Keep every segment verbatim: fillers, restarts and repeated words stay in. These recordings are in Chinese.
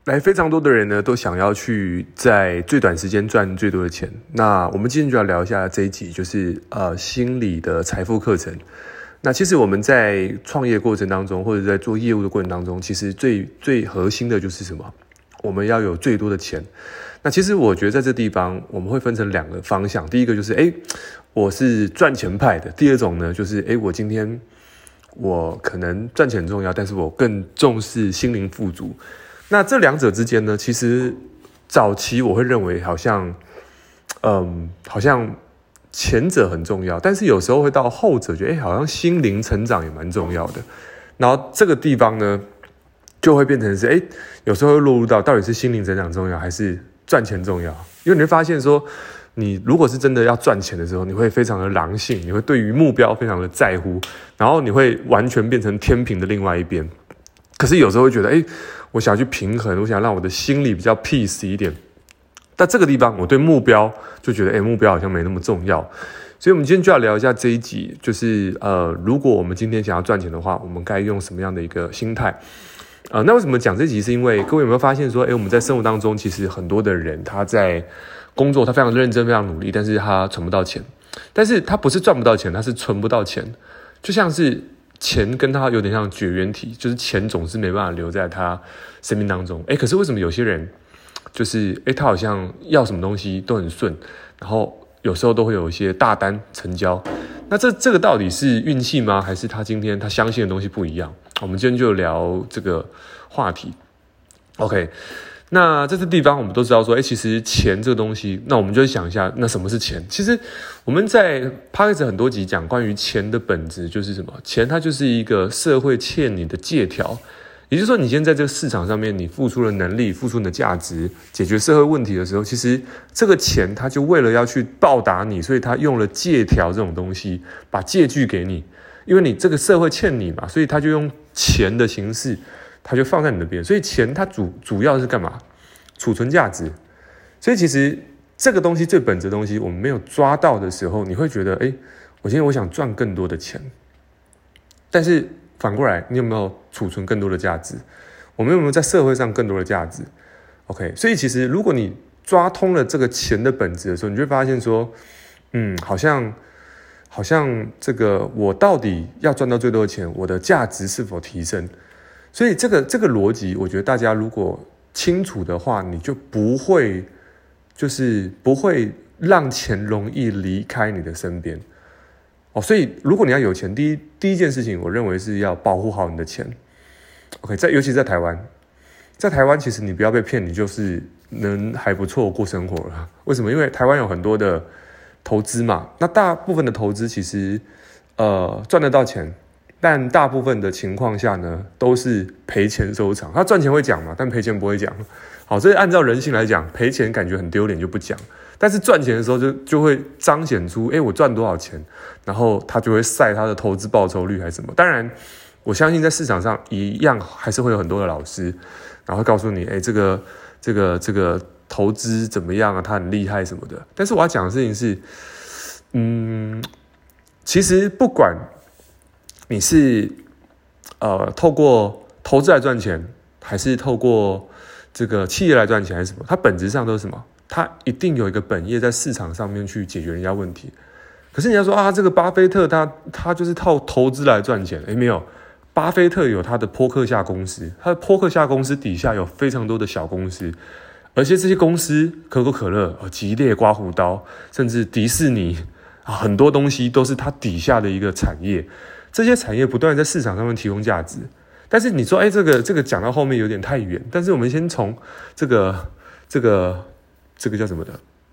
来，非常多的人呢都想要去在最短时间赚最多的钱。那我们今天就要聊一下这一集，就是呃心理的财富课程。那其实我们在创业过程当中，或者在做业务的过程当中，其实最最核心的就是什么？我们要有最多的钱。那其实我觉得在这地方我们会分成两个方向，第一个就是哎，我是赚钱派的；第二种呢，就是哎，我今天我可能赚钱很重要，但是我更重视心灵富足。那这两者之间呢，其实早期我会认为好像，嗯，好像前者很重要，但是有时候会到后者，觉得哎，好像心灵成长也蛮重要的。然后这个地方呢，就会变成是哎，有时候会落入到到底是心灵成长重要还是赚钱重要？因为你会发现说，你如果是真的要赚钱的时候，你会非常的狼性，你会对于目标非常的在乎，然后你会完全变成天平的另外一边。可是有时候会觉得，哎，我想要去平衡，我想让我的心里比较 peace 一点。但这个地方，我对目标就觉得，哎，目标好像没那么重要。所以，我们今天就要聊一下这一集，就是呃，如果我们今天想要赚钱的话，我们该用什么样的一个心态？呃，那为什么讲这一集？是因为各位有没有发现说，哎，我们在生活当中，其实很多的人他在工作，他非常认真，非常努力，但是他存不到钱。但是他不是赚不到钱，他是存不到钱，就像是。钱跟他有点像绝缘体，就是钱总是没办法留在他生命当中。哎，可是为什么有些人就是哎，他好像要什么东西都很顺，然后有时候都会有一些大单成交？那这这个到底是运气吗？还是他今天他相信的东西不一样？我们今天就聊这个话题。OK。那在这地方我们都知道说，哎，其实钱这个东西，那我们就想一下，那什么是钱？其实我们在 Podcast 很多集讲关于钱的本质就是什么？钱它就是一个社会欠你的借条，也就是说，你今天在这个市场上面，你付出了能力，付出你的价值，解决社会问题的时候，其实这个钱它就为了要去报答你，所以它用了借条这种东西，把借据给你，因为你这个社会欠你嘛，所以它就用钱的形式。它就放在你那边，所以钱它主主要是干嘛？储存价值。所以其实这个东西最本质的东西，我们没有抓到的时候，你会觉得，哎，我今天我想赚更多的钱，但是反过来，你有没有储存更多的价值？我们有没有在社会上更多的价值 ？OK， 所以其实如果你抓通了这个钱的本质的时候，你就会发现说，嗯，好像好像这个我到底要赚到最多的钱，我的价值是否提升？所以这个这个逻辑，我觉得大家如果清楚的话，你就不会就是不会让钱容易离开你的身边哦。所以如果你要有钱，第一第一件事情，我认为是要保护好你的钱。OK， 在尤其在台湾，在台湾其实你不要被骗，你就是能还不错过生活了。为什么？因为台湾有很多的投资嘛，那大部分的投资其实呃赚得到钱。但大部分的情况下呢，都是赔钱收场。他赚钱会讲嘛，但赔钱不会讲。好，这按照人性来讲，赔钱感觉很丢脸就不讲。但是赚钱的时候就就会彰显出，哎，我赚多少钱，然后他就会晒他的投资报酬率还是什么。当然，我相信在市场上一样还是会有很多的老师，然后会告诉你，哎，这个这个这个投资怎么样啊？他很厉害什么的。但是我要讲的事情是，嗯，其实不管。你是呃透过投资来赚钱，还是透过这个企业来赚钱，还是什么？它本质上都是什么？它一定有一个本业在市场上面去解决人家问题。可是你要说啊，这个巴菲特他他就是靠投资来赚钱，诶，没有，巴菲特有他的波克夏公司，他的波克夏公司底下有非常多的小公司，而且这些公司可口可乐、吉列刮胡刀，甚至迪士尼啊，很多东西都是他底下的一个产业。这些产业不断在市场上面提供价值，但是你说，哎，这个这个讲到后面有点太远。但是我们先从这个这个这个叫什么的，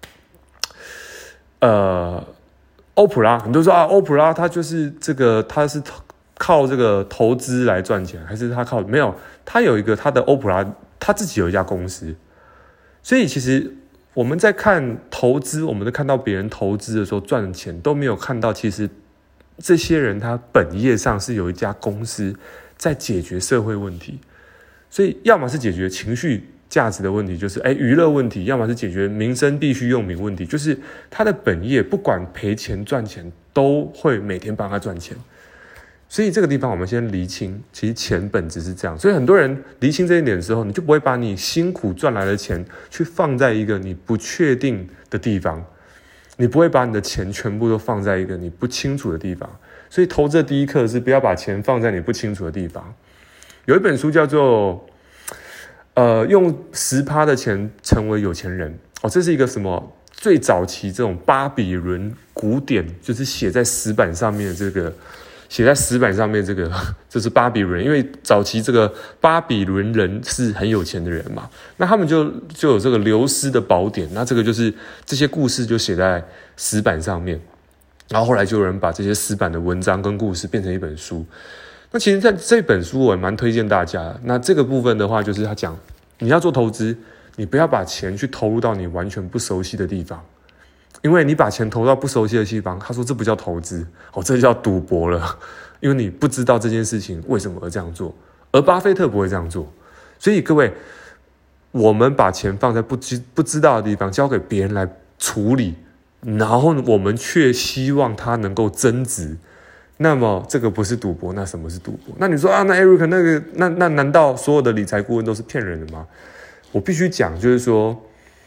呃，欧普拉，很多人说啊，欧普拉他就是这个，他是靠这个投资来赚钱，还是他靠没有？他有一个他的欧普拉，他自己有一家公司，所以其实我们在看投资，我们在看到别人投资的时候赚的钱，都没有看到其实。这些人他本业上是有一家公司在解决社会问题，所以要么是解决情绪价值的问题，就是哎娱乐问题；要么是解决民生必需用品问题，就是他的本业不管赔钱赚钱都会每天帮他赚钱。 所以这个地方我们先厘清，其实钱本质是这样。所以很多人厘清这一点之后，你就不会把你辛苦赚来的钱去放在一个你不确定的地方，你不会把你的钱全部都放在一个你不清楚的地方。所以投资的第一课是不要把钱放在你不清楚的地方。有一本书叫做呃，用 百分之十 的钱成为有钱人。哦，这是一个什么最早期这种巴比伦古典，就是写在石板上面的这个写在石板上面这个，这是巴比伦，因为早期这个巴比伦人是很有钱的人嘛，那他们就就有这个流失的宝典，那这个就是这些故事就写在石板上面，然后后来就有人把这些石板的文章跟故事变成一本书。那其实在这本书我也蛮推荐大家的。那这个部分的话，就是他讲你要做投资，你不要把钱去投入到你完全不熟悉的地方。因为你把钱投到不熟悉的地方，他说这不叫投资，哦，这叫赌博了。因为你不知道这件事情为什么而这样做，而巴菲特不会这样做。所以各位，我们把钱放在不知不知道的地方，交给别人来处理，然后我们却希望它能够增值，那么这个不是赌博，那什么是赌博？那你说啊，那 Eric 那个，那那难道所有的理财顾问都是骗人的吗？我必须讲，就是说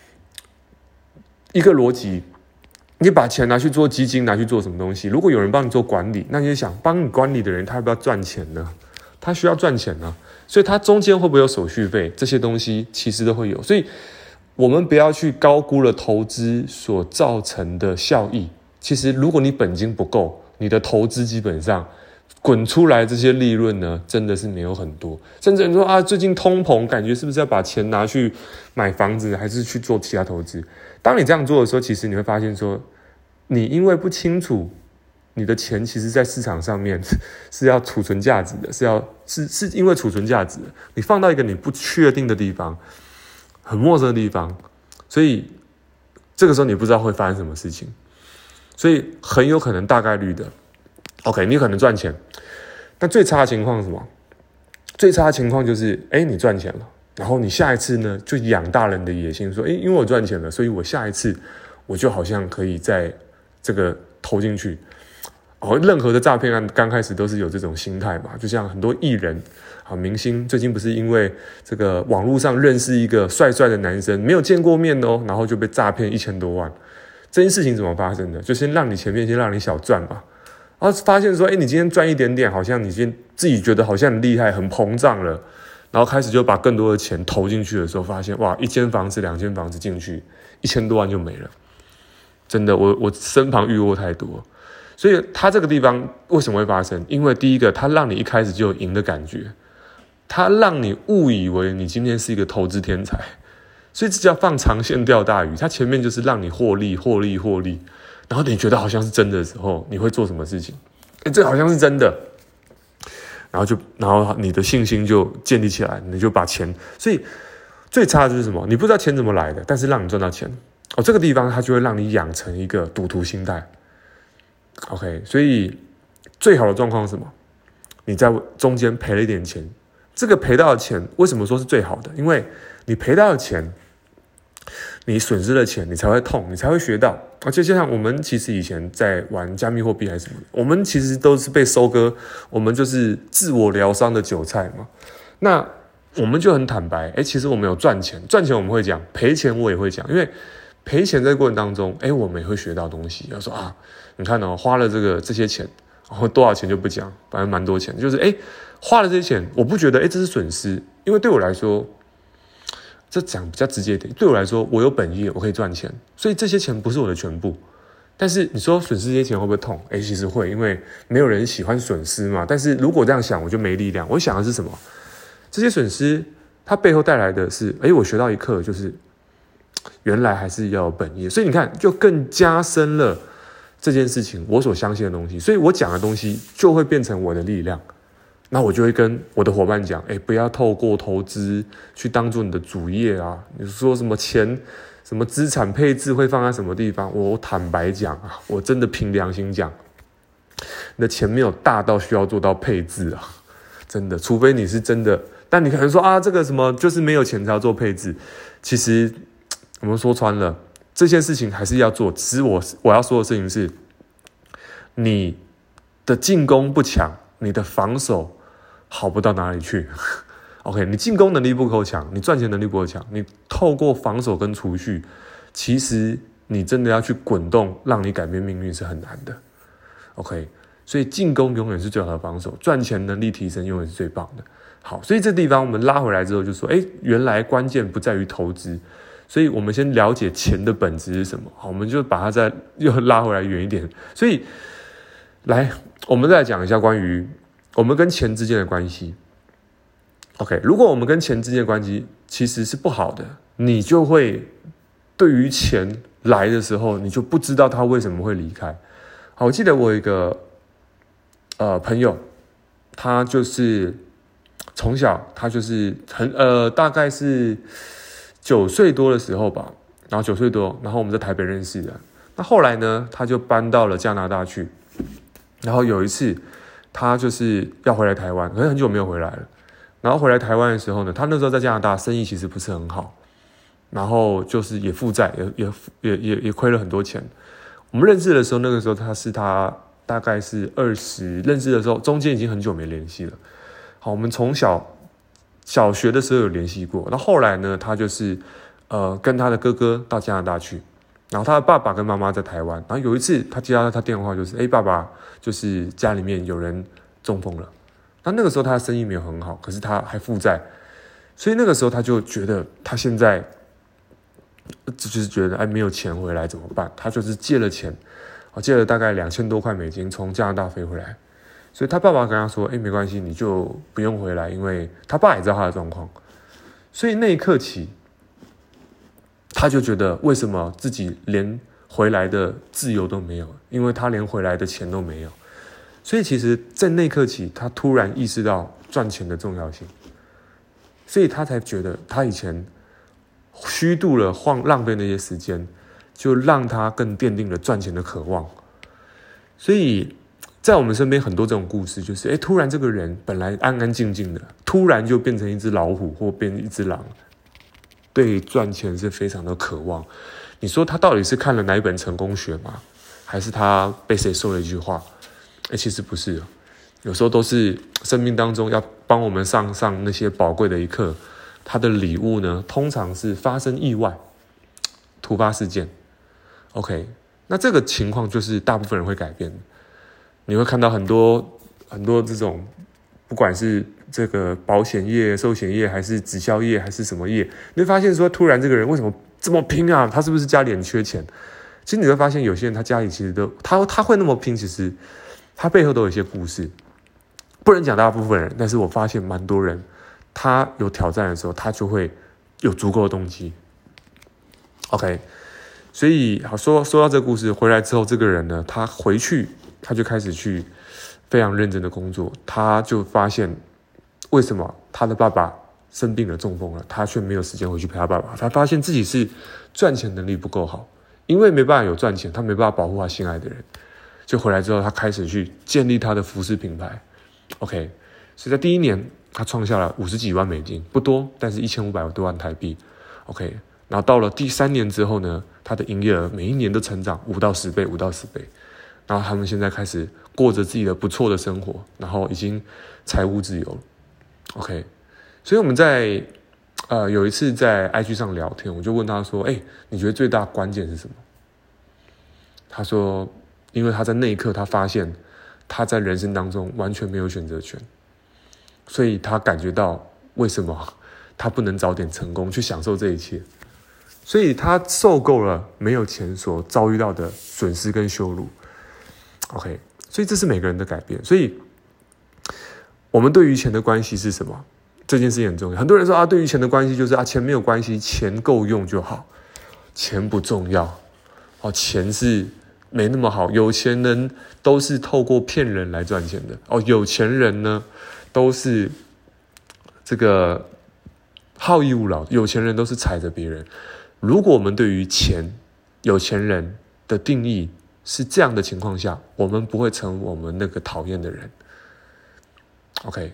一个逻辑。你把钱拿去做基金，拿去做什么东西？如果有人帮你做管理，那你就想，帮你管理的人他要不要赚钱呢？他需要赚钱呢，所以他中间会不会有手续费？这些东西其实都会有。所以我们不要去高估了投资所造成的效益。其实如果你本金不够，你的投资基本上滚出来这些利润呢，真的是没有很多。甚至你说啊，最近通膨，感觉是不是要把钱拿去买房子，还是去做其他投资？当你这样做的时候，其实你会发现说，你因为不清楚你的钱其实在市场上面是要储存价值的，是要是是因为储存价值的，你放到一个你不确定的地方，很陌生的地方，所以这个时候你不知道会发生什么事情，所以很有可能大概率的 OK 你可能赚钱，但最差的情况是什么？最差的情况就是哎，你赚钱了，然后你下一次呢就养大人的野心，说哎，因为我赚钱了，所以我下一次我就好像可以在这个投进去。哦，任何的诈骗案刚开始都是有这种心态嘛，就像很多艺人啊、明星，最近不是因为这个网络上认识一个帅帅的男生，没有见过面哦，然后就被诈骗一千多万。这件事情怎么发生的？就先让你前面先让你小赚嘛，然后发现说，哎，你今天赚一点点，好像你今天自己觉得好像很厉害，很膨胀了，然后开始就把更多的钱投进去的时候，发现哇，一间房子、两间房子进去，一千多万就没了。真的，我我身旁遇过太多。所以他这个地方为什么会发生？因为第一个，他让你一开始就有赢的感觉，他让你误以为你今天是一个投资天才，所以这叫放长线钓大鱼。他前面就是让你获利、获利、获利，然后你觉得好像是真的的时候，你会做什么事情？哎，这好像是真的，然后就然后你的信心就建立起来，你就把钱。所以最差的就是什么？你不知道钱怎么来的，但是让你赚到钱。哦，这个地方它就会让你养成一个赌徒心态。OK， 所以最好的状况是什么？你在中间赔了一点钱，这个赔到的钱为什么说是最好的？因为你赔到的钱，你损失了钱，你才会痛，你才会学到。而且就像我们其实以前在玩加密货币还是什么，我们其实都是被收割，我们就是自我疗伤的韭菜嘛。那我们就很坦白，哎，其实我们有赚钱，赚钱我们会讲，赔钱我也会讲，因为赔钱在过程当中，哎，我们也会学到东西。要说啊，你看哦，花了这个这些钱，然后多少钱就不讲，反正蛮多钱。就是哎，花了这些钱，我不觉得哎这是损失，因为对我来说，这讲比较直接一点，对我来说，我有本业，我可以赚钱，所以这些钱不是我的全部。但是你说损失这些钱会不会痛？哎，其实会，因为没有人喜欢损失嘛。但是如果这样想，我就没力量。我想的是什么？这些损失它背后带来的是，哎，我学到一课，就是原来还是要有本业。所以你看，就更加深了这件事情我所相信的东西，所以我讲的东西就会变成我的力量。那我就会跟我的伙伴讲，哎，不要透过投资去当做你的主业啊。你说什么钱、什么资产配置会放在什么地方？我坦白讲啊，我真的凭良心讲，你的钱没有大到需要做到配置啊，真的，除非你是真的。但你可能说啊，这个什么就是没有钱才要做配置。其实我们说穿了，这件事情还是要做。只是我我要说的事情是，你的进攻不强， 你的防守好不到哪里去。OK， 你进攻能力不够强，你赚钱能力不够强，你透过防守跟储蓄，其实你真的要去滚动，让你改变命运是很难的。OK， 所以进攻永远是最好的防守，赚钱能力提升永远是最棒的。好，所以这地方我们拉回来之后就说，哎，原来关键不在于投资，所以我们先了解钱的本质是什么。好，我们就把它再又拉回来远一点。所以，来，我们再来讲一下关于我们跟钱之间的关系。OK， 如果我们跟钱之间的关系其实是不好的，你就会对于钱来的时候，你就不知道他为什么会离开。好，我记得我有一个呃朋友，他就是从小他就是很呃大概是九岁多的时候吧，然后九岁多，然后我们在台北认识的。那后来呢，他就搬到了加拿大去。然后有一次，他就是要回来台湾，可是很久没有回来了。然后回来台湾的时候呢，他那时候在加拿大生意其实不是很好，然后就是也负债，也也也也也亏了很多钱。我们认识的时候，那个时候他是他大概是二十，认识的时候中间已经很久没联系了。好，我们从小小学的时候有联系过，那后来呢，他就是呃跟他的哥哥到加拿大去，然后他的爸爸跟妈妈在台湾。然后有一次他接到他电话，就是哎爸爸，就是家里面有人中风了。那那个时候他的生意没有很好，可是他还负债，所以那个时候他就觉得他现在就是觉得哎没有钱回来怎么办？他就是借了钱，借了大概两千多块美金从加拿大飞回来。所以他爸爸跟他说：“哎，没关系，你就不用回来，因为他爸也知道他的状况。”所以那一刻起，他就觉得为什么自己连回来的自由都没有？因为他连回来的钱都没有。所以其实，在那一刻起，他突然意识到赚钱的重要性，所以他才觉得他以前虚度了、晃浪费那些时间，就让他更奠定了赚钱的渴望。所以在我们身边很多这种故事，就是哎，突然这个人本来安安静静的，突然就变成一只老虎或变成一只狼，对赚钱是非常的渴望。你说他到底是看了哪一本成功学吗？还是他被谁说了一句话？哎，其实不是，有时候都是生命当中要帮我们上上那些宝贵的一课。他的礼物呢，通常是发生意外、突发事件。OK， 那这个情况就是大部分人会改变的。你会看到很多很多这种，不管是这个保险业、寿险业，还是直销业，还是什么业，你会发现说，突然这个人为什么这么拼啊？他是不是家里很缺钱？其实你会发现，有些人他家里其实都他他会那么拼，其实他背后都有一些故事。不能讲大部分人，但是我发现蛮多人，他有挑战的时候，他就会有足够的动机。OK， 所以好说说到这个故事回来之后，这个人呢，他回去他就开始去非常认真的工作，他就发现为什么他的爸爸生病了、中风了，他却没有时间回去陪他爸爸。他发现自己是赚钱能力不够好，因为没办法有赚钱，他没办法保护他心爱的人。就回来之后，他开始去建立他的服饰品牌。OK， 所以在第一年，他创下了五十几万美金，不多，但是一千五百多万台币。OK， 然后到了第三年之后呢，他的营业额每一年都成长五到十倍，五到十倍。然后他们现在开始过着自己的不错的生活，然后已经财务自由了。OK， 所以我们在呃有一次在 I G 上聊天，我就问他说：“哎，你觉得最大关键是什么？”他说：“因为他在那一刻，他发现他在人生当中完全没有选择权，所以他感觉到为什么他不能早点成功，去享受这一切。所以他受够了没有钱所遭遇到的损失跟羞辱。OK， 所以这是每个人的改变。所以我们对于钱的关系是什么？这件事情很重要。很多人说啊，对于钱的关系就是啊，钱没有关系，钱够用就好，钱不重要。哦，钱是没那么好，有钱人都是透过骗人来赚钱的。哦，有钱人呢都是这个好逸恶劳，有钱人都是踩着别人。如果我们对于钱、有钱人的定义是这样的情况下，我们不会成为我们那个讨厌的人。OK，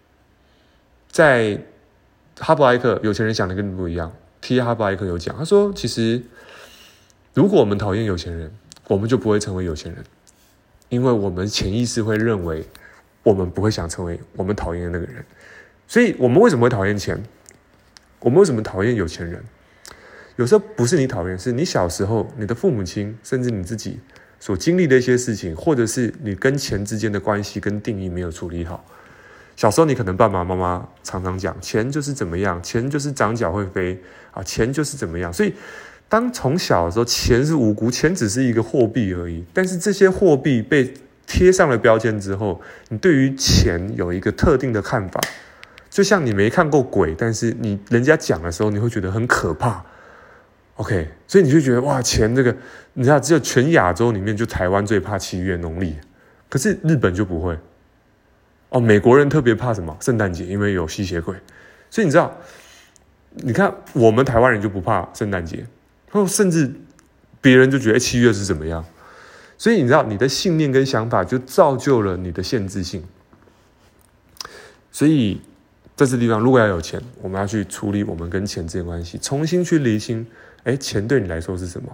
在哈伯埃克，有钱人想的跟你不一样。T. 哈伯埃克有讲，他说，其实如果我们讨厌有钱人，我们就不会成为有钱人，因为我们潜意识会认为我们不会想成为我们讨厌的那个人。所以我们为什么会讨厌钱？我们为什么讨厌有钱人？有时候不是你讨厌，是你小时候你的父母亲甚至你自己所经历的一些事情，或者是你跟钱之间的关系跟定义没有处理好。小时候你可能爸爸妈妈常常讲钱就是怎么样，钱就是长脚会飞啊，钱就是怎么样。所以当从小的时候，钱是无辜，钱只是一个货币而已。但是这些货币被贴上了标签之后，你对于钱有一个特定的看法。就像你没看过鬼，但是你人家讲的时候，你会觉得很可怕。OK， 所以你就觉得哇，钱这个，你知道，只有全亚洲里面就台湾最怕七月农历，可是日本就不会。哦，美国人特别怕什么？圣诞节，因为有吸血鬼。所以你知道，你看我们台湾人就不怕圣诞节，然后甚至别人就觉得七月是怎么样。所以你知道，你的信念跟想法就造就了你的限制性。所以在这地方，如果要有钱，我们要去处理我们跟钱之间的关系，重新去厘清，哎，钱对你来说是什么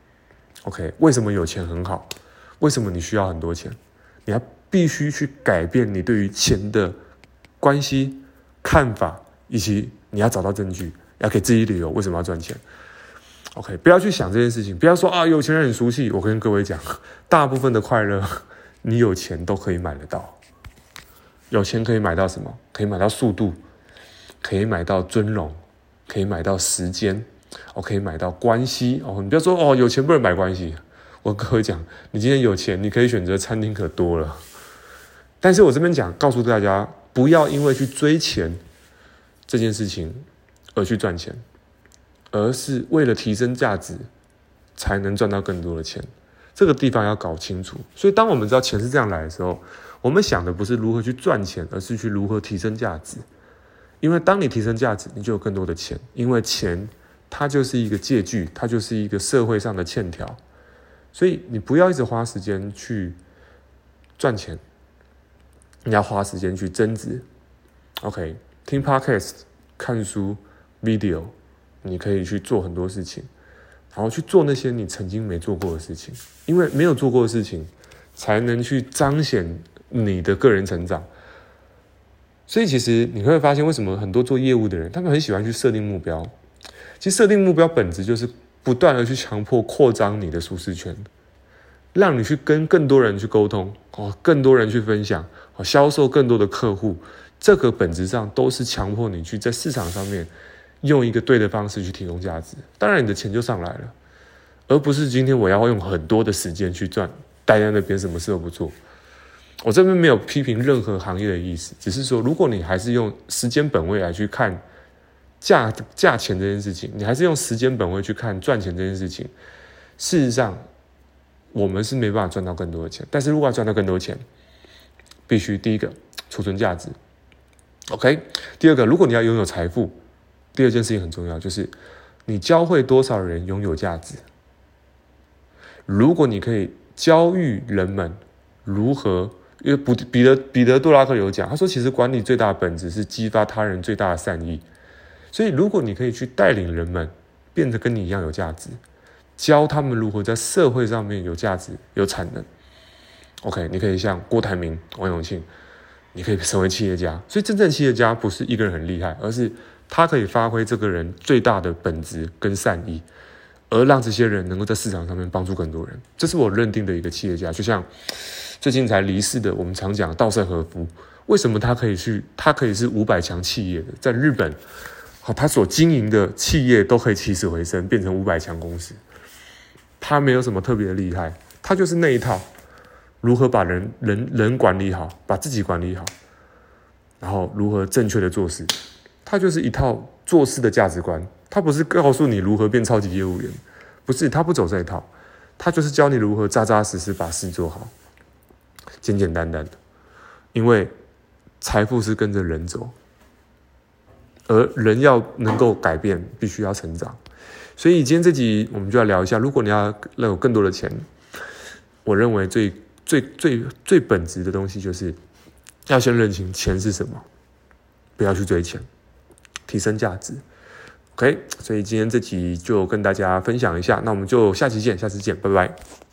？OK， 为什么有钱很好？为什么你需要很多钱？你要必须去改变你对于钱的关系、看法，以及你要找到证据，要给自己理由为什么要赚钱。OK， 不要去想这件事情，不要说啊，有钱人很俗气。我跟各位讲，大部分的快乐，你有钱都可以买得到。有钱可以买到什么？可以买到速度，可以买到尊荣，可以买到时间，哦，可以买到关系。哦，你不要说哦，有钱不能买关系。我跟各位讲，你今天有钱，你可以选择餐厅可多了。但是我这边讲，告诉大家，不要因为去追钱这件事情而去赚钱，而是为了提升价值，才能赚到更多的钱。这个地方要搞清楚。所以当我们知道钱是这样来的时候，我们想的不是如何去赚钱，而是去如何提升价值。因为当你提升价值，你就有更多的钱。因为钱它就是一个借据，它就是一个社会上的欠条。所以你不要一直花时间去赚钱，你要花时间去增值。OK， 听 podcast、看书、video， 你可以去做很多事情，然后去做那些你曾经没做过的事情。因为没有做过的事情，才能去彰显你的个人成长。所以其实你会发现，为什么很多做业务的人，他们很喜欢去设定目标。其实设定目标本质就是不断的去强迫扩张你的舒适圈，让你去跟更多人去沟通，哦，更多人去分享，哦，销售更多的客户。这个本质上都是强迫你去在市场上面用一个对的方式去提供价值。当然你的钱就上来了，而不是今天我要用很多的时间去赚，待在那边什么事都不做。我这边没有批评任何行业的意思，只是说如果你还是用时间本位来去看价价钱这件事情，你还是用时间本位去看赚钱这件事情，事实上我们是没办法赚到更多的钱。但是如果要赚到更多的钱，必须第一个储存价值 OK， 第二个，如果你要拥有财富，第二件事情很重要，就是你教会多少人拥有价值。如果你可以教育人们如何，因为彼得彼得杜拉克有讲，他说其实管理最大的本质是激发他人最大的善意。所以如果你可以去带领人们变得跟你一样有价值，教他们如何在社会上面有价值有产能 OK， 你可以像郭台铭、王永庆，你可以成为企业家。所以真正企业家不是一个人很厉害，而是他可以发挥这个人最大的本质跟善意，而让这些人能够在市场上面帮助更多人。这是我认定的一个企业家。就像最近才离世的，我们常讲稻盛和夫，为什么他可以去，他可以是五百强企业的，在日本，他所经营的企业都可以起死回生，变成五百强公司。他没有什么特别的厉害，他就是那一套，如何把人人人管理好，把自己管理好，然后如何正确的做事，他就是一套做事的价值观。他不是告诉你如何变超级业务员，不是，他不走这一套，他就是教你如何扎扎实实把事做好，简简单单的。因为财富是跟着人走，而人要能够改变，必须要成长。所以今天这集我们就要聊一下，如果你要有更多的钱，我认为最最最最本质的东西就是要先认清钱是什么，不要去追钱，提升价值。OK， 所以今天这集就跟大家分享一下，那我们就下期见，下次见，拜拜。